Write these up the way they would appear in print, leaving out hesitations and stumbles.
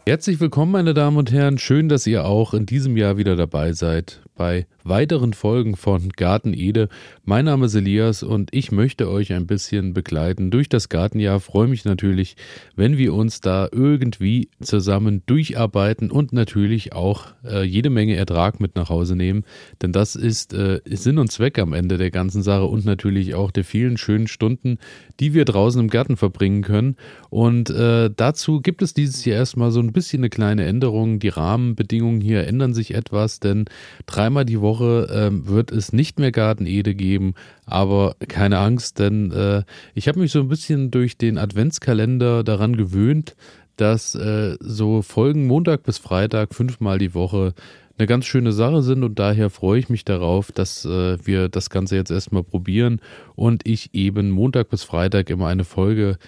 Herzlich willkommen, meine Damen und Herren. Schön, dass ihr auch in diesem Jahr wieder dabei seid bei weiteren Folgen von Garten Ede. Mein Name ist Elias und ich möchte euch ein bisschen begleiten durch das Gartenjahr. Freue mich natürlich, wenn wir uns da irgendwie zusammen durcharbeiten und natürlich auch jede Menge Ertrag mit nach Hause nehmen. Denn das ist Sinn und Zweck am Ende der ganzen Sache und natürlich auch der vielen schönen Stunden, die wir draußen im Garten verbringen können. Und dazu gibt es dieses Jahr erstmal so ein bisschen eine kleine Änderung. Die Rahmenbedingungen hier ändern sich etwas, denn dreimal die Woche wird es nicht mehr Garten Ede geben, aber keine Angst, denn ich habe mich so ein bisschen durch den Adventskalender daran gewöhnt, dass so Folgen Montag bis Freitag 5-mal die Woche eine ganz schöne Sache sind und daher freue ich mich darauf, dass wir das Ganze jetzt erstmal probieren und ich eben Montag bis Freitag immer eine Folge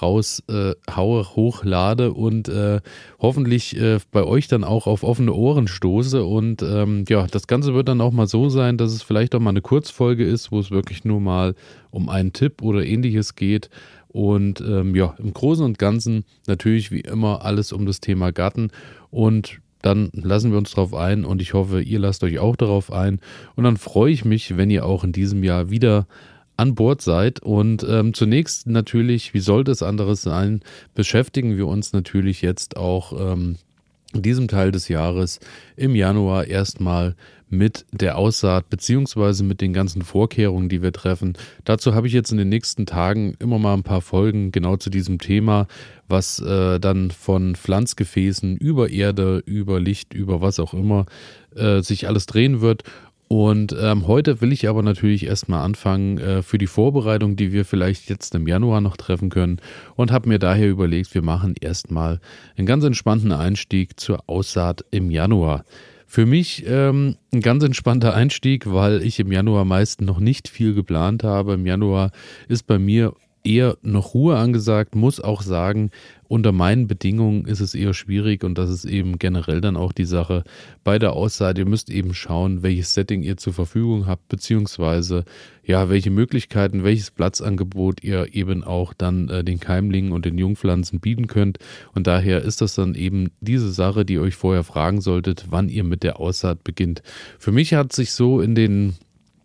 hochlade und hoffentlich bei euch dann auch auf offene Ohren stoße und das Ganze wird dann auch mal so sein, dass es vielleicht auch mal eine Kurzfolge ist, wo es wirklich nur mal um einen Tipp oder ähnliches geht und im Großen und Ganzen natürlich wie immer alles um das Thema Garten und dann lassen wir uns drauf ein und ich hoffe, ihr lasst euch auch darauf ein und dann freue ich mich, wenn ihr auch in diesem Jahr wieder an Bord seid und zunächst natürlich, wie sollte es anderes sein, beschäftigen wir uns natürlich jetzt auch in diesem Teil des Jahres im Januar erstmal mit der Aussaat beziehungsweise mit den ganzen Vorkehrungen, die wir treffen. Dazu habe ich jetzt in den nächsten Tagen immer mal ein paar Folgen genau zu diesem Thema, was dann von Pflanzgefäßen über Erde, über Licht, über was auch immer sich alles drehen wird. Und heute will ich aber natürlich erstmal anfangen für die Vorbereitung, die wir vielleicht jetzt im Januar noch treffen können und habe mir daher überlegt, wir machen erstmal einen ganz entspannten Einstieg zur Aussaat im Januar. Für mich ein ganz entspannter Einstieg, weil ich im Januar meist noch nicht viel geplant habe. Im Januar ist bei mir eher noch Ruhe angesagt, muss auch sagen, unter meinen Bedingungen ist es eher schwierig und das ist eben generell dann auch die Sache bei der Aussaat. Ihr müsst eben schauen, welches Setting ihr zur Verfügung habt, beziehungsweise welche Möglichkeiten, welches Platzangebot ihr eben auch dann den Keimlingen und den Jungpflanzen bieten könnt und daher ist das dann eben diese Sache, die ihr euch vorher fragen solltet, wann ihr mit der Aussaat beginnt. Für mich hat sich so in den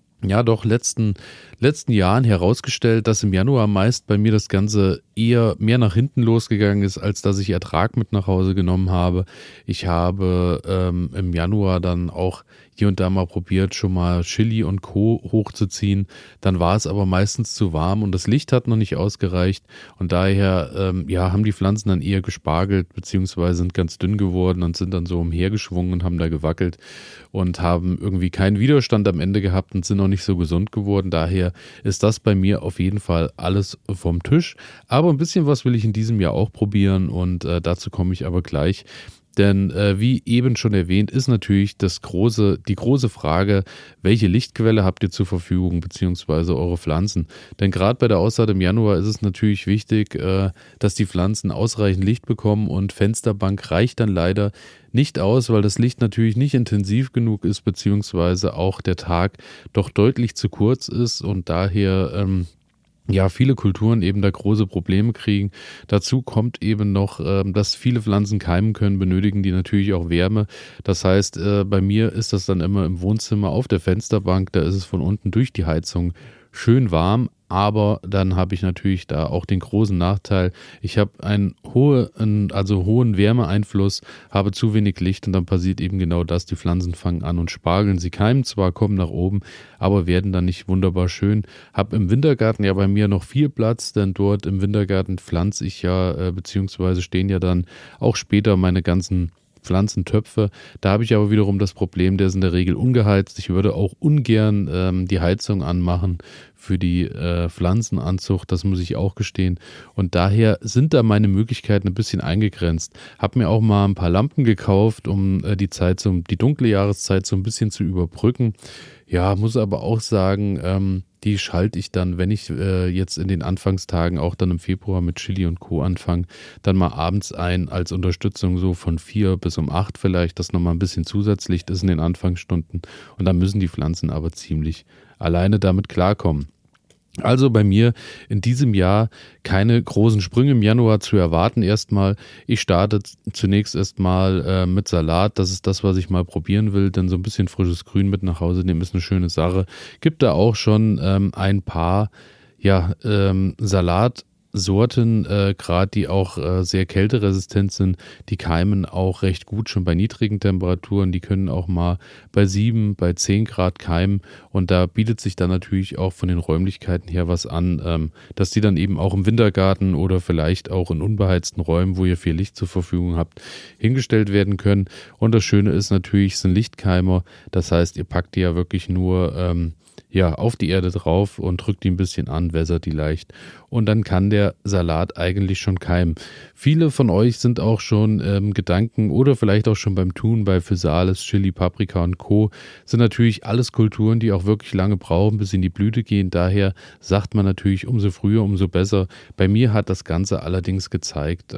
letzten Jahren herausgestellt, dass im Januar meist bei mir das Ganze eher mehr nach hinten losgegangen ist, als dass ich Ertrag mit nach Hause genommen habe. Ich habe im Januar dann auch hier und da mal probiert, schon mal Chili und Co. hochzuziehen. Dann war es aber meistens zu warm und das Licht hat noch nicht ausgereicht und daher haben die Pflanzen dann eher gespargelt beziehungsweise sind ganz dünn geworden und sind dann so umhergeschwungen und haben da gewackelt und haben irgendwie keinen Widerstand am Ende gehabt und sind auch nicht so gesund geworden. Daher ist das bei mir auf jeden Fall alles vom Tisch. Aber ein bisschen was will ich in diesem Jahr auch probieren und dazu komme ich aber gleich. Denn wie eben schon erwähnt, ist natürlich die große Frage, welche Lichtquelle habt ihr zur Verfügung, beziehungsweise eure Pflanzen. Denn gerade bei der Aussaat im Januar ist es natürlich wichtig, dass die Pflanzen ausreichend Licht bekommen und Fensterbank reicht dann leider nicht aus, weil das Licht natürlich nicht intensiv genug ist, beziehungsweise auch der Tag doch deutlich zu kurz ist und daher viele Kulturen eben da große Probleme kriegen. Dazu kommt eben noch, dass viele Pflanzen keimen können, benötigen die natürlich auch Wärme. Das heißt, bei mir ist das dann immer im Wohnzimmer auf der Fensterbank, da ist es von unten durch die Heizung schön warm, aber dann habe ich natürlich da auch den großen Nachteil, ich habe einen hohen Wärmeeinfluss, habe zu wenig Licht und dann passiert eben genau das, die Pflanzen fangen an und spargeln, sie keimen zwar, kommen nach oben, aber werden dann nicht wunderbar schön. Habe im Wintergarten ja bei mir noch viel Platz, denn dort im Wintergarten pflanze ich beziehungsweise stehen ja dann auch später meine ganzen Pflanzentöpfe. Da habe ich aber wiederum das Problem, der ist in der Regel ungeheizt. Ich würde auch ungern die Heizung anmachen für die Pflanzenanzucht, das muss ich auch gestehen. Und daher sind da meine Möglichkeiten ein bisschen eingegrenzt. Habe mir auch mal ein paar Lampen gekauft, um die dunkle Jahreszeit so ein bisschen zu überbrücken. Ja, muss aber auch sagen, die schalte ich dann, wenn ich jetzt in den Anfangstagen, auch dann im Februar mit Chili und Co. anfange, dann mal abends ein als Unterstützung so von 4 bis um 8 vielleicht, dass nochmal ein bisschen Zusatzlicht ist in den Anfangsstunden und dann müssen die Pflanzen aber ziemlich alleine damit klarkommen. Also bei mir in diesem Jahr keine großen Sprünge im Januar zu erwarten erstmal. Ich starte zunächst erstmal mit Salat. Das ist das, was ich mal probieren will, denn so ein bisschen frisches Grün mit nach Hause nehmen ist eine schöne Sache. Gibt da auch schon ein paar Salatsorten, gerade die auch sehr kälteresistent sind, die keimen auch recht gut schon bei niedrigen Temperaturen. Die können auch mal bei 7, bei 10 Grad keimen. Und da bietet sich dann natürlich auch von den Räumlichkeiten her was an, dass die dann eben auch im Wintergarten oder vielleicht auch in unbeheizten Räumen, wo ihr viel Licht zur Verfügung habt, hingestellt werden können. Und das Schöne ist natürlich, es sind Lichtkeimer. Das heißt, ihr packt die ja wirklich nur auf die Erde drauf und drückt die ein bisschen an, wässert die leicht. Und dann kann der Salat eigentlich schon keimen. Viele von euch sind auch schon Gedanken oder vielleicht auch schon beim Tun bei Physalis, Chili, Paprika und Co. Sind natürlich alles Kulturen, die auch wirklich lange brauchen, bis sie in die Blüte gehen. Daher sagt man natürlich, umso früher, umso besser. Bei mir hat das Ganze allerdings gezeigt,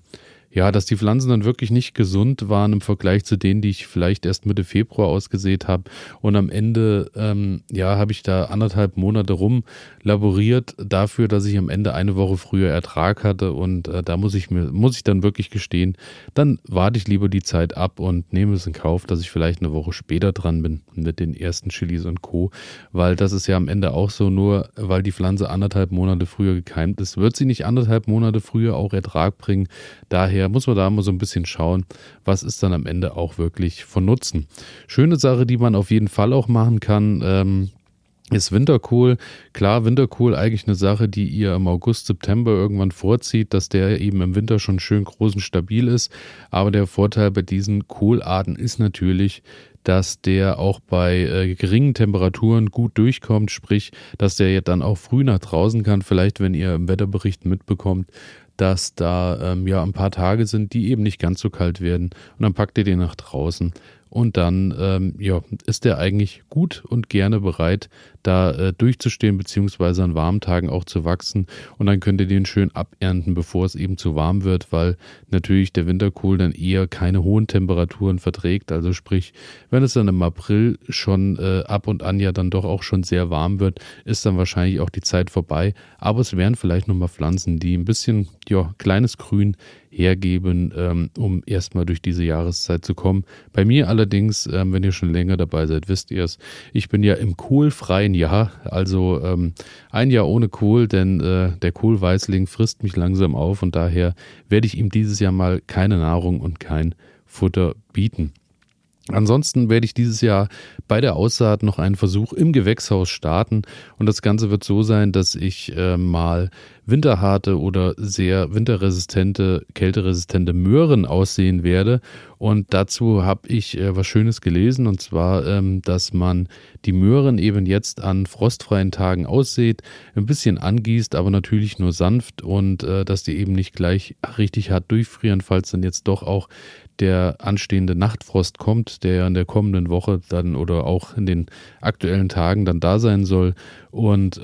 dass die Pflanzen dann wirklich nicht gesund waren im Vergleich zu denen, die ich vielleicht erst Mitte Februar ausgesät habe. Und am Ende, habe ich da 1,5 Monate rumlaboriert dafür, dass ich am Ende eine Woche früher Ertrag hatte. Und da muss ich dann wirklich gestehen, dann warte ich lieber die Zeit ab und nehme es in Kauf, dass ich vielleicht eine Woche später dran bin mit den ersten Chilis und Co. Weil das ist ja am Ende auch so, nur weil die Pflanze 1,5 Monate früher gekeimt ist, wird sie nicht 1,5 Monate früher auch Ertrag bringen. Daher muss man da mal so ein bisschen schauen, was ist dann am Ende auch wirklich von Nutzen. Schöne Sache, die man auf jeden Fall auch machen kann, ist Winterkohl. Klar, Winterkohl eigentlich eine Sache, die ihr im August, September irgendwann vorzieht, dass der eben im Winter schon schön groß und stabil ist. Aber der Vorteil bei diesen Kohlarten ist natürlich, dass der auch bei geringen Temperaturen gut durchkommt, sprich, dass der jetzt dann auch früh nach draußen kann. Vielleicht, wenn ihr im Wetterbericht mitbekommt, dass da ein paar Tage sind, die eben nicht ganz so kalt werden. Und dann packt ihr den nach draußen. Und dann ist der eigentlich gut und gerne bereit, da durchzustehen, beziehungsweise an warmen Tagen auch zu wachsen. Und dann könnt ihr den schön abernten, bevor es eben zu warm wird, weil natürlich der Winterkohl dann eher keine hohen Temperaturen verträgt. Also sprich, wenn es dann im April schon ab und an ja dann doch auch schon sehr warm wird, ist dann wahrscheinlich auch die Zeit vorbei. Aber es wären vielleicht nochmal Pflanzen, die ein bisschen kleines Grün hergeben, um erstmal durch diese Jahreszeit zu kommen. Bei mir allerdings, wenn ihr schon länger dabei seid, wisst ihr es, ich bin ja im kohlfreien Jahr, also ein Jahr ohne Kohl, denn der Kohlweißling frisst mich langsam auf und daher werde ich ihm dieses Jahr mal keine Nahrung und kein Futter bieten. Ansonsten werde ich dieses Jahr bei der Aussaat noch einen Versuch im Gewächshaus starten und das Ganze wird so sein, dass ich mal winterharte oder sehr winterresistente, kälteresistente Möhren aussehen werde und dazu habe ich was Schönes gelesen und zwar, dass man die Möhren eben jetzt an frostfreien Tagen aussät, ein bisschen angießt, aber natürlich nur sanft und dass die eben nicht gleich richtig hart durchfrieren, falls dann jetzt doch auch der anstehende Nachtfrost kommt, der ja in der kommenden Woche dann oder auch in den aktuellen Tagen dann da sein soll. Und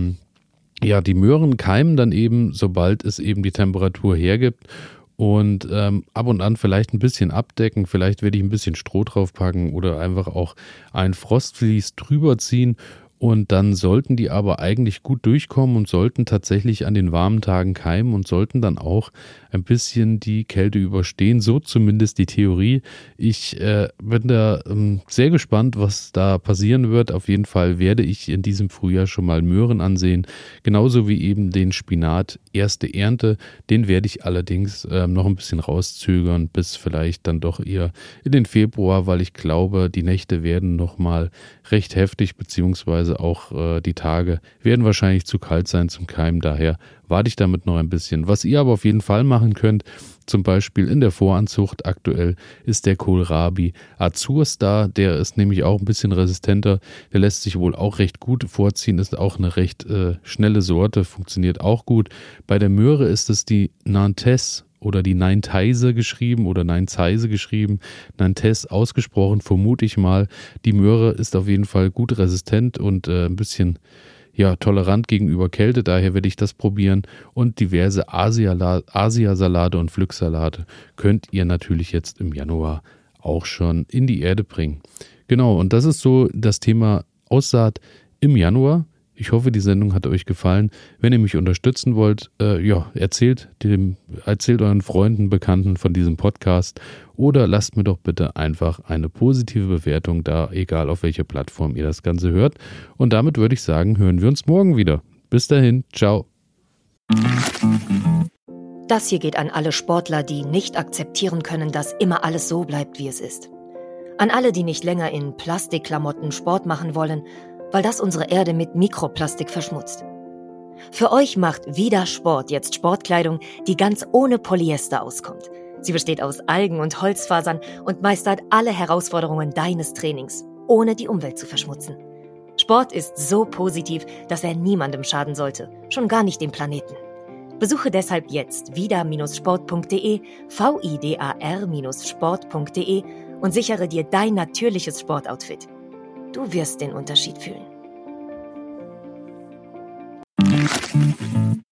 die Möhren keimen dann eben, sobald es eben die Temperatur hergibt. Und ab und an vielleicht ein bisschen abdecken, vielleicht werde ich ein bisschen Stroh draufpacken oder einfach auch ein Frostvlies drüber ziehen. Und dann sollten die aber eigentlich gut durchkommen und sollten tatsächlich an den warmen Tagen keimen und sollten dann auch ein bisschen die Kälte überstehen. So zumindest die Theorie. Ich bin da sehr gespannt, was da passieren wird. Auf jeden Fall werde ich in diesem Frühjahr schon mal Möhren ansehen. Genauso wie eben den Spinat erste Ernte. Den werde ich allerdings noch ein bisschen rauszögern bis vielleicht dann doch eher in den Februar, weil ich glaube, die Nächte werden nochmal recht heftig, beziehungsweise auch die Tage werden wahrscheinlich zu kalt sein zum Keimen. Daher warte ich damit noch ein bisschen. Was ihr aber auf jeden Fall machen könnt, zum Beispiel in der Voranzucht aktuell, ist der Kohlrabi Azurs da. Der ist nämlich auch ein bisschen resistenter. Der lässt sich wohl auch recht gut vorziehen, ist auch eine recht schnelle Sorte, funktioniert auch gut. Bei der Möhre ist es die Nantes oder die Nanteise geschrieben oder Nanteise geschrieben, Nantes ausgesprochen, vermute ich mal. Die Möhre ist auf jeden Fall gut resistent und ein bisschen tolerant gegenüber Kälte, daher werde ich das probieren. Und diverse Asiasalate und Pflücksalate könnt ihr natürlich jetzt im Januar auch schon in die Erde bringen. Genau, und das ist so das Thema Aussaat im Januar. Ich hoffe, die Sendung hat euch gefallen. Wenn ihr mich unterstützen wollt, erzählt euren Freunden, Bekannten von diesem Podcast oder lasst mir doch bitte einfach eine positive Bewertung da, egal auf welcher Plattform ihr das Ganze hört. Und damit würde ich sagen, hören wir uns morgen wieder. Bis dahin, ciao. Das hier geht an alle Sportler, die nicht akzeptieren können, dass immer alles so bleibt, wie es ist. An alle, die nicht länger in Plastikklamotten Sport machen wollen, weil das unsere Erde mit Mikroplastik verschmutzt. Für euch macht Vida Sport jetzt Sportkleidung, die ganz ohne Polyester auskommt. Sie besteht aus Algen und Holzfasern und meistert alle Herausforderungen deines Trainings, ohne die Umwelt zu verschmutzen. Sport ist so positiv, dass er niemandem schaden sollte, schon gar nicht dem Planeten. Besuche deshalb jetzt vida-sport.de, vidar-sport.de und sichere dir dein natürliches Sportoutfit. Du wirst den Unterschied fühlen.